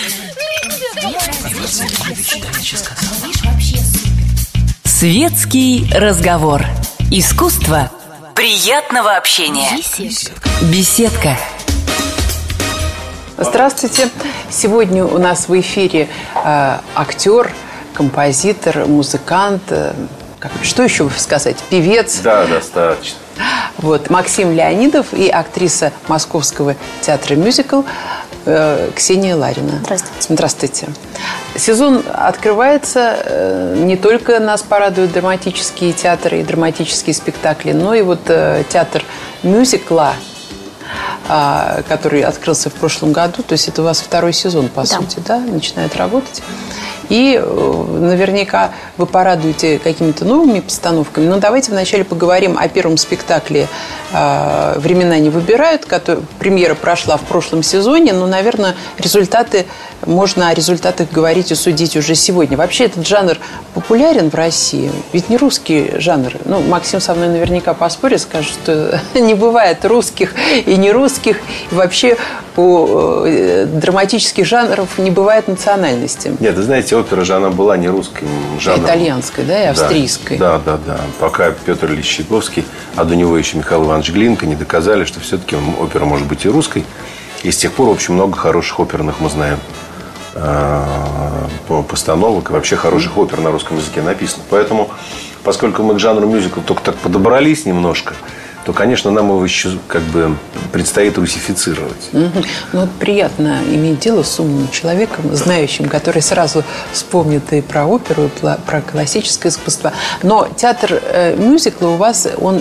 Светский разговор. Искусство приятного общения. Беседка. Здравствуйте. Сегодня у нас в эфире актер, композитор, музыкант, что еще сказать, певец. Да, достаточно. Вот, Максим Леонидов и актриса Московского театра «Мюзикл» Ксения Ларина. Здравствуйте. Здравствуйте. Сезон открывается. Не только нас порадуют драматические театры и драматические спектакли, но и вот театр мюзикла, который открылся в прошлом году. То есть это у вас второй сезон, по сути, да? Начинает работать. И наверняка вы порадуете какими-то новыми постановками. Но давайте вначале поговорим о первом спектакле «Времена не выбирают», премьера прошла в прошлом сезоне. Но, наверное, можно о результатах говорить и судить уже сегодня. Вообще этот жанр популярен в России. Ведь не русский жанр. Максим со мной наверняка поспорит, скажет, что не бывает русских и нерусских. И вообще у драматических жанров не бывает национальности. Нет, вы знаете, опера же она была не русским жанром. Итальянской, да, и австрийской. Да. Пока Петр Ильич Чайковский, а до него еще Михаил Иванович Глинка не доказали, что все-таки опера может быть и русской. И с тех пор, в общем, много хороших оперных мы знаем постановок и вообще хороших опер на русском языке написано. Поэтому, поскольку мы к жанру мюзикл только так подобрались немножко, то, конечно, нам его еще предстоит русифицировать. Приятно иметь дело с умным человеком, знающим, который сразу вспомнит и про оперу, и про классическое искусство. Но театр мюзикла у вас, он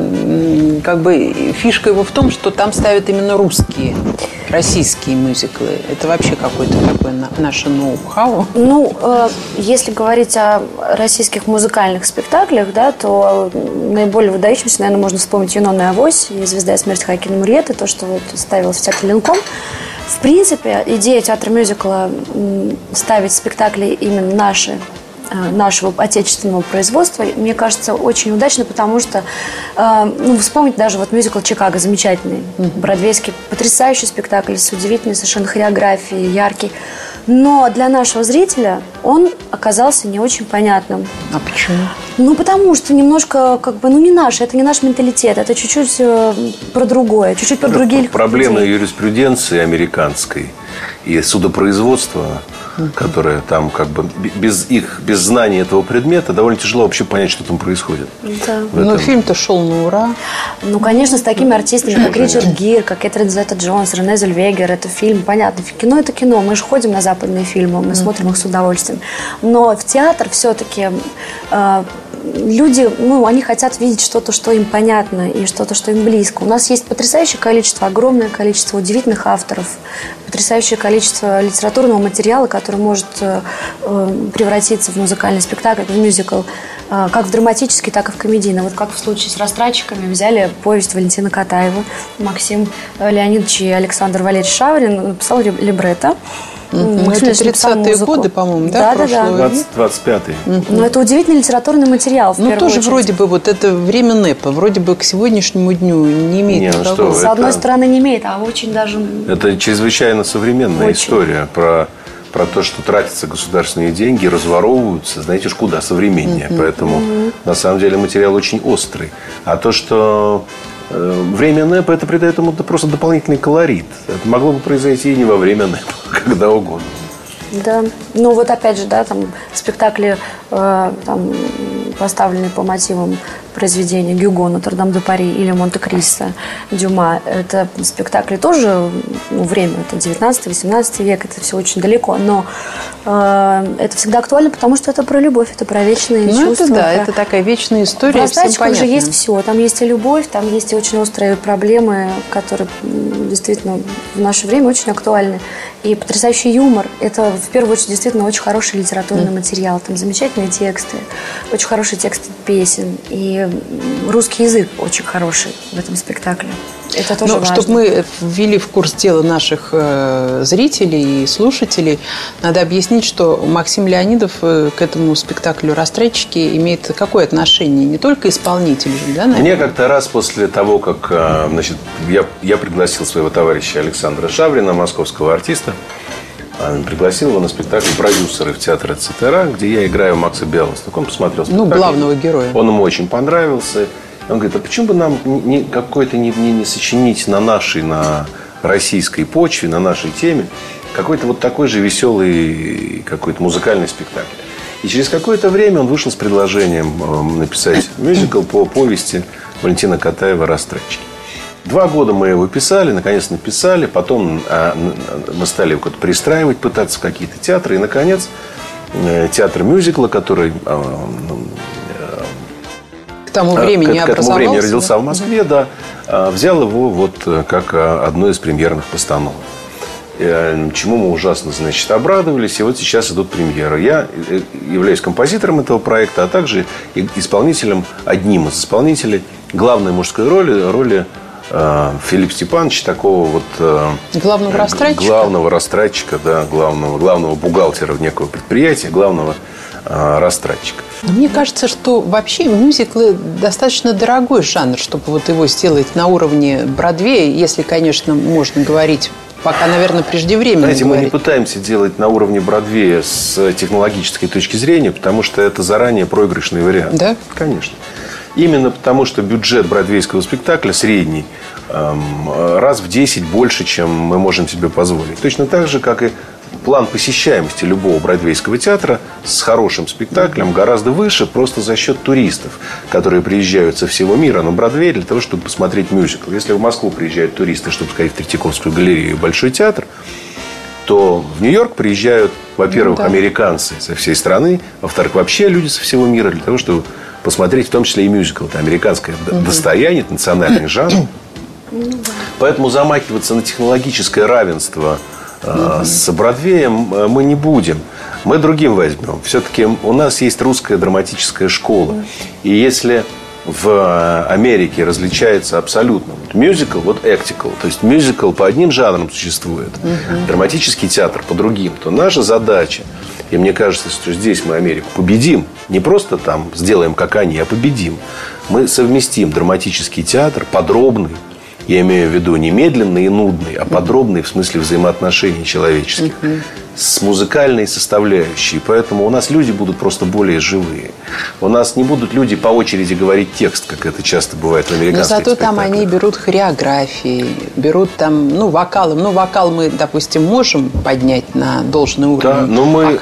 фишка его в том, что там ставят именно русские, российские мюзиклы. Это вообще какое-то такое наше ноу-хау? Если говорить о российских музыкальных спектаклях, да, то наиболее выдающимся, наверное, можно вспомнить «Юнона и Авось» и «Звезда и смерть» Хакина Мурьеты, то, что ставилось в театре Ленком. В принципе, идея театра мюзикла ставить спектакли именно нашего отечественного производства, мне кажется, очень удачно, потому что вспомнить даже мюзикл «Чикаго» замечательный, бродвейский, потрясающий спектакль с удивительной совершенно хореографией, яркий. Но для нашего зрителя он оказался не очень понятным. А почему? Потому что немножко, не наш, это не наш менталитет, это чуть-чуть про другое, чуть-чуть про других проблемы людей. Юриспруденции американской и судопроизводства, которое там без знания этого предмета довольно тяжело вообще понять, что там происходит. Да. Но фильм-то шел на ура. Конечно, с такими артистами, как Ричард Гир, как Кэтрин Зета-Джонс, Рене Зельвегер. Это фильм, понятно. Кино – это кино. Мы же ходим на западные фильмы, мы смотрим их с удовольствием. Но в театр все-таки люди, они хотят видеть что-то, что им понятно, и что-то, что им близко. У нас есть потрясающее количество, огромное количество удивительных авторов, потрясающее количество литературного материала, который может превратиться в музыкальный спектакль, в мюзикл, как в драматический, так и в комедийный. Как в случае с «Растратчиками» взяли повесть Валентина Катаева, Максим Леонидович и Александр Валерьевич Шаврин написал либретто. Это 30-е годы, по-моему, да? Да. 25-е. Но это удивительный литературный материал, в первую тоже очередь. вроде бы это время НЭПа, вроде бы к сегодняшнему дню не имеет никакого. С одной стороны не имеет, а очень даже... Это чрезвычайно современная история про то, что тратятся государственные деньги, разворовываются, знаете уж куда, современнее. Поэтому, на самом деле, материал очень острый. А то, что время НЭПа, это придает ему просто дополнительный колорит. Это могло бы произойти и не во время НЭПа, когда угодно. Да. Опять же, спектакли, поставленные по мотивам произведения Гюго, Нотр-Дам-де-Пари или Монте-Кристо Дюма. Это спектакли тоже, время, это 19-18 век, это все очень далеко, но это всегда актуально, потому что это про любовь, это про вечные чувства. Это такая вечная история. В «Растратчиках» же есть все. Там есть и любовь, там есть и очень острые проблемы, которые действительно в наше время очень актуальны. И потрясающий юмор. Это, в первую очередь, действительно очень хороший литературный материал. Там замечательные тексты, очень хорошие тексты песен. И русский язык очень хороший в этом спектакле. Это тоже важно. Чтобы мы ввели в курс дела наших зрителей и слушателей, надо объяснить, что Максим Леонидов к этому спектаклю «Растратчики» имеет какое отношение? Не только исполнитель, да, наверное? Мне как-то раз после того, как я пригласил своего товарища Александра Шаврина, московского артиста, пригласил его на спектакль продюсеры в театр ЦТРА, где я играю Макса Биалосток. Он посмотрел спектакль. Главного героя. Он ему очень понравился. Он говорит, а почему бы нам какой-то не сочинить на российской почве, на нашей теме, какой-то вот такой же веселый какой-то музыкальный спектакль. И через какое-то время он вышел с предложением написать мюзикл по повести Валентина Катаева «Растратчики». 2 года мы его писали, наконец написали. Потом мы стали его пристраивать, пытаться в какие-то театры. И, наконец, театр мюзикла, который к тому времени родился в Москве, взял его как одну из премьерных постановок. Чему мы ужасно, обрадовались. И вот сейчас идут премьеры. Я являюсь композитором этого проекта, а также одним из исполнителей главной мужской роли Филиппа Степановича, такого главного растратчика. Главного растратчика, главного бухгалтера некого предприятия, главного растратчика. Мне кажется, что вообще мюзиклы достаточно дорогой жанр, чтобы его сделать на уровне Бродвея, если, конечно, можно говорить. Пока, наверное, преждевременно. Знаете, мы не пытаемся делать на уровне Бродвея с технологической точки зрения, потому что это заранее проигрышный вариант. Да? Конечно. Именно потому, что бюджет бродвейского спектакля средний раз в 10 больше, чем мы можем себе позволить. Точно так же, как и план посещаемости любого бродвейского театра с хорошим спектаклем гораздо выше просто за счет туристов, которые приезжают со всего мира на Бродвей для того, чтобы посмотреть мюзикл. Если в Москву приезжают туристы, чтобы сходить в Третьяковскую галерею и Большой театр, то в Нью-Йорк приезжают, во-первых, американцы со всей страны, во-вторых, вообще люди со всего мира для того, чтобы посмотреть в том числе и мюзикл. Это американское достояние, это национальный жанр. Поэтому замахиваться на технологическое равенство с Бродвеем мы не будем. Мы другим возьмем. Все-таки у нас есть русская драматическая школа. И если в Америке различается абсолютно мюзикл, эктикл, то есть мюзикл по одним жанрам существует, драматический театр по другим, то наша задача, и мне кажется, что здесь мы Америку победим, не просто там сделаем как они, а победим. Мы совместим драматический театр, подробный, я имею в виду не медленный и нудный, а подробный в смысле взаимоотношений человеческих, с музыкальной составляющей. Поэтому у нас люди будут просто более живые. У нас не будут люди по очереди говорить текст, как это часто бывает в американских спектаклях. Но зато там они берут хореографии, берут там, вокалом. Вокал мы, допустим, можем поднять на должный уровень. Да, но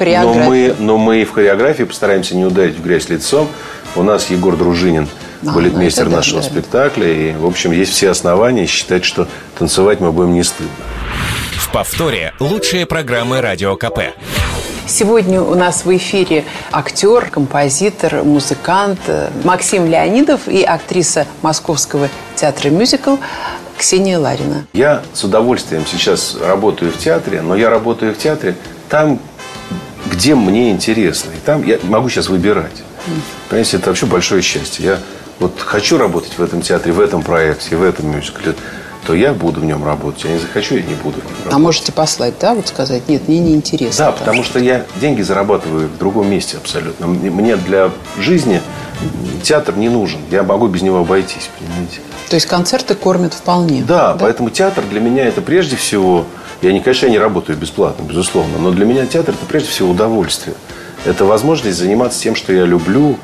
мы в хореографии постараемся не ударить в грязь лицом. У нас Егор Дружинин, балетмейстер нашего спектакля. И, в общем, есть все основания считать, что танцевать мы будем не стыдно. В повторе лучшие программы Радио КП. Сегодня у нас в эфире актер, композитор, музыкант Максим Леонидов и актриса Московского театра мюзикл Ксения Ларина. Я с удовольствием сейчас работаю в театре, но я работаю в театре там, где мне интересно. И там я могу сейчас выбирать. Понимаете, это вообще большое счастье. Я хочу работать в этом театре, в этом проекте, в этом мюзикле, то я буду в нем работать. Я не захочу, я не буду в нем работать. А можете послать, сказать, нет, мне не интересно. Да, потому что я деньги зарабатываю в другом месте абсолютно. Мне для жизни театр не нужен. Я могу без него обойтись, понимаете. То есть концерты кормят вполне. Да, поэтому театр для меня это прежде всего... Конечно, я не работаю бесплатно, безусловно. Но для меня театр это прежде всего удовольствие. Это возможность заниматься тем, что я люблю,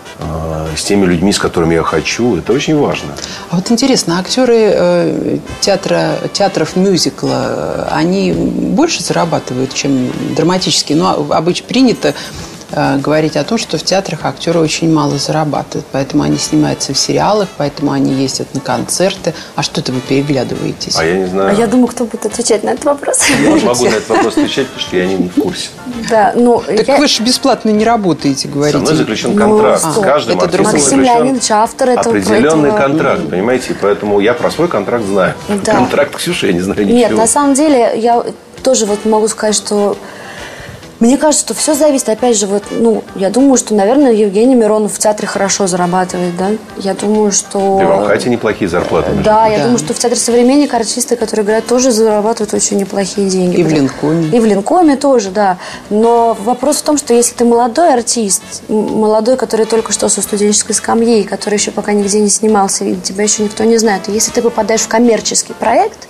с теми людьми, с которыми я хочу. Это очень важно. А интересно, актеры театров мюзикла, они больше зарабатывают, чем драматические? Обычно принято говорить о том, что в театрах актеры очень мало зарабатывают. Поэтому они снимаются в сериалах, поэтому они ездят на концерты. А что это вы переглядываетесь? А я не знаю. А я думаю, кто будет отвечать на этот вопрос. Я могу на этот вопрос отвечать, потому что я не в курсе. Да, вы же бесплатно не работаете, говорите. Со мной заключен контракт. С каждым артистом Максим Леонидович, автор этого. Определенный контракт, понимаете? Поэтому я про свой контракт знаю. Да. Контракт Ксюши я не знаю ничего. Нет, на самом деле, я тоже могу сказать, что мне кажется, что все зависит, опять же, я думаю, что, наверное, Евгений Миронов в театре хорошо зарабатывает, да? Я думаю, что... И в Амхате неплохие зарплаты. Да, я думаю, что в театре «Современник» артисты, которые играют, тоже зарабатывают очень неплохие деньги. И в Ленкоме. И в Ленкоме тоже, да. Но вопрос в том, что если ты молодой артист, молодой, который только что со студенческой скамьи, который еще пока нигде не снимался, и тебя еще никто не знает, и если ты попадаешь в коммерческий проект,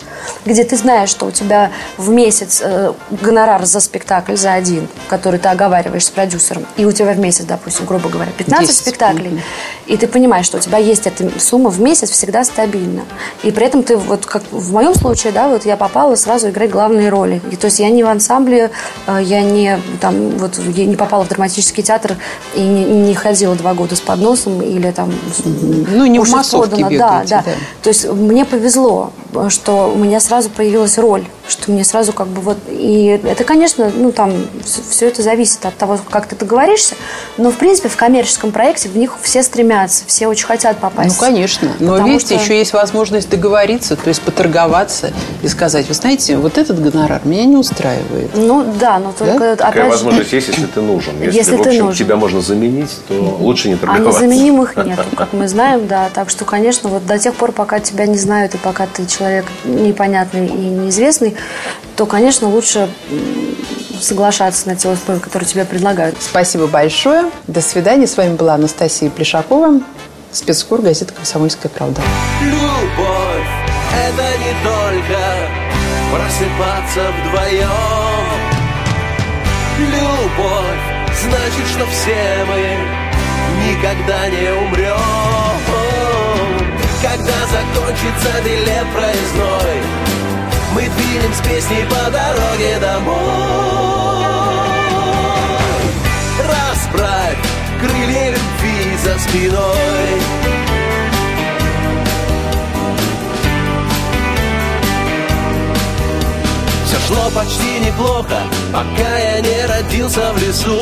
где ты знаешь, что у тебя в месяц гонорар за спектакль, за один, который ты оговариваешь с продюсером, и у тебя в месяц, допустим, грубо говоря, 15 спектаклей, и ты понимаешь, что у тебя есть эта сумма в месяц всегда стабильна. И при этом ты, вот как в моем случае, да, вот я попала сразу играть главные роли. И, то есть я не в ансамбле, я не попала в драматический театр и не ходила 2 года с подносом или там... Ну, не в массовке бегаете, да. То есть мне повезло, что у меня сразу появилась роль, что мне сразу как бы вот... И это, конечно, ну, там все это зависит от того, как ты договоришься, но, в принципе, в коммерческом проекте в них все стремятся, все очень хотят попасть. Ну, конечно. Но, видите, еще есть возможность договориться, то есть поторговаться и сказать, вы знаете, вот этот гонорар меня не устраивает. Ну, да, но только... Да? Опять такая же, возможность есть, если ты нужен. Если в общем, тебя можно заменить, то лучше не торговаться. А незаменимых нет, как мы знаем, да. Так что, конечно, вот до тех пор, пока тебя не знают и пока ты человек непонятный и неизвестный, то, конечно, лучше соглашаться на те условия, которые тебе предлагают. Спасибо большое. До свидания. С вами была Анастасия Плешакова, спецкор газеты «Комсомольская правда». Любовь – это не только просыпаться вдвоем. Любовь – значит, что все мы никогда не умрем. Когда закончится билет проездной, мы двинем с песней по дороге домой. Расправь крылья любви за спиной. Все шло почти неплохо, пока я не родился в лесу.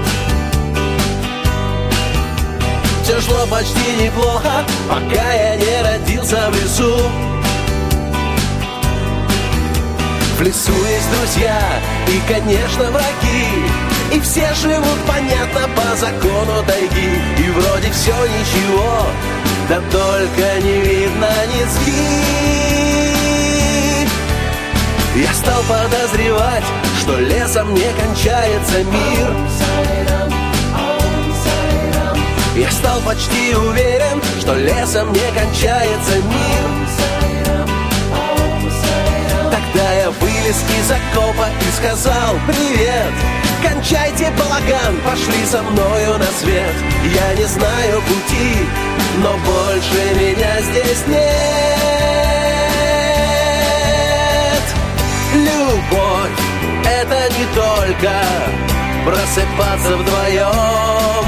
Все шло почти неплохо, пока я не родился в лесу. В лесу есть друзья и, конечно, враги, и все живут, понятно, по закону тайги. И вроде все ничего, да только не видно низги. Я стал подозревать, что лесом не кончается мир. Я стал почти уверен, что лесом не кончается мир. Тогда я вылез из окопа и сказал: привет, кончайте балаган, пошли со мною на свет. Я не знаю пути, но больше меня здесь нет. Любовь — это не только просыпаться вдвоем.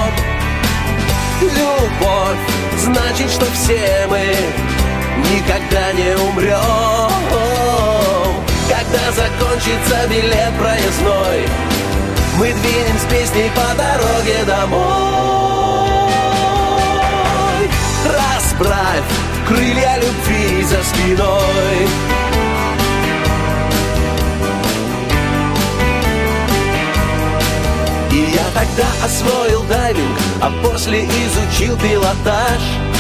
Любовь значит, что все мы никогда не умрем. Когда закончится билет проездной, мы двинем с песней по дороге домой. Расправь крылья любви за спиной. И я тогда освоил дайвинг, а после изучил пилотаж.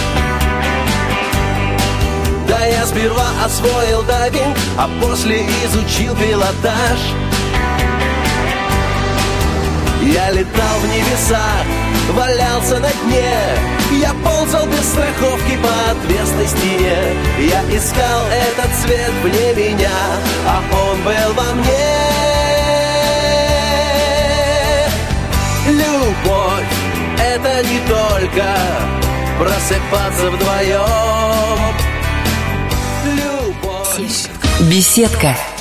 Да, я сперва освоил дайвинг, а после изучил пилотаж. Я летал в небеса, валялся на дне. Я ползал без страховки по отвесной стене. Я искал этот свет вне меня, а он был во мне. Любовь — это не только просыпаться вдвоем. Любовь. Беседка.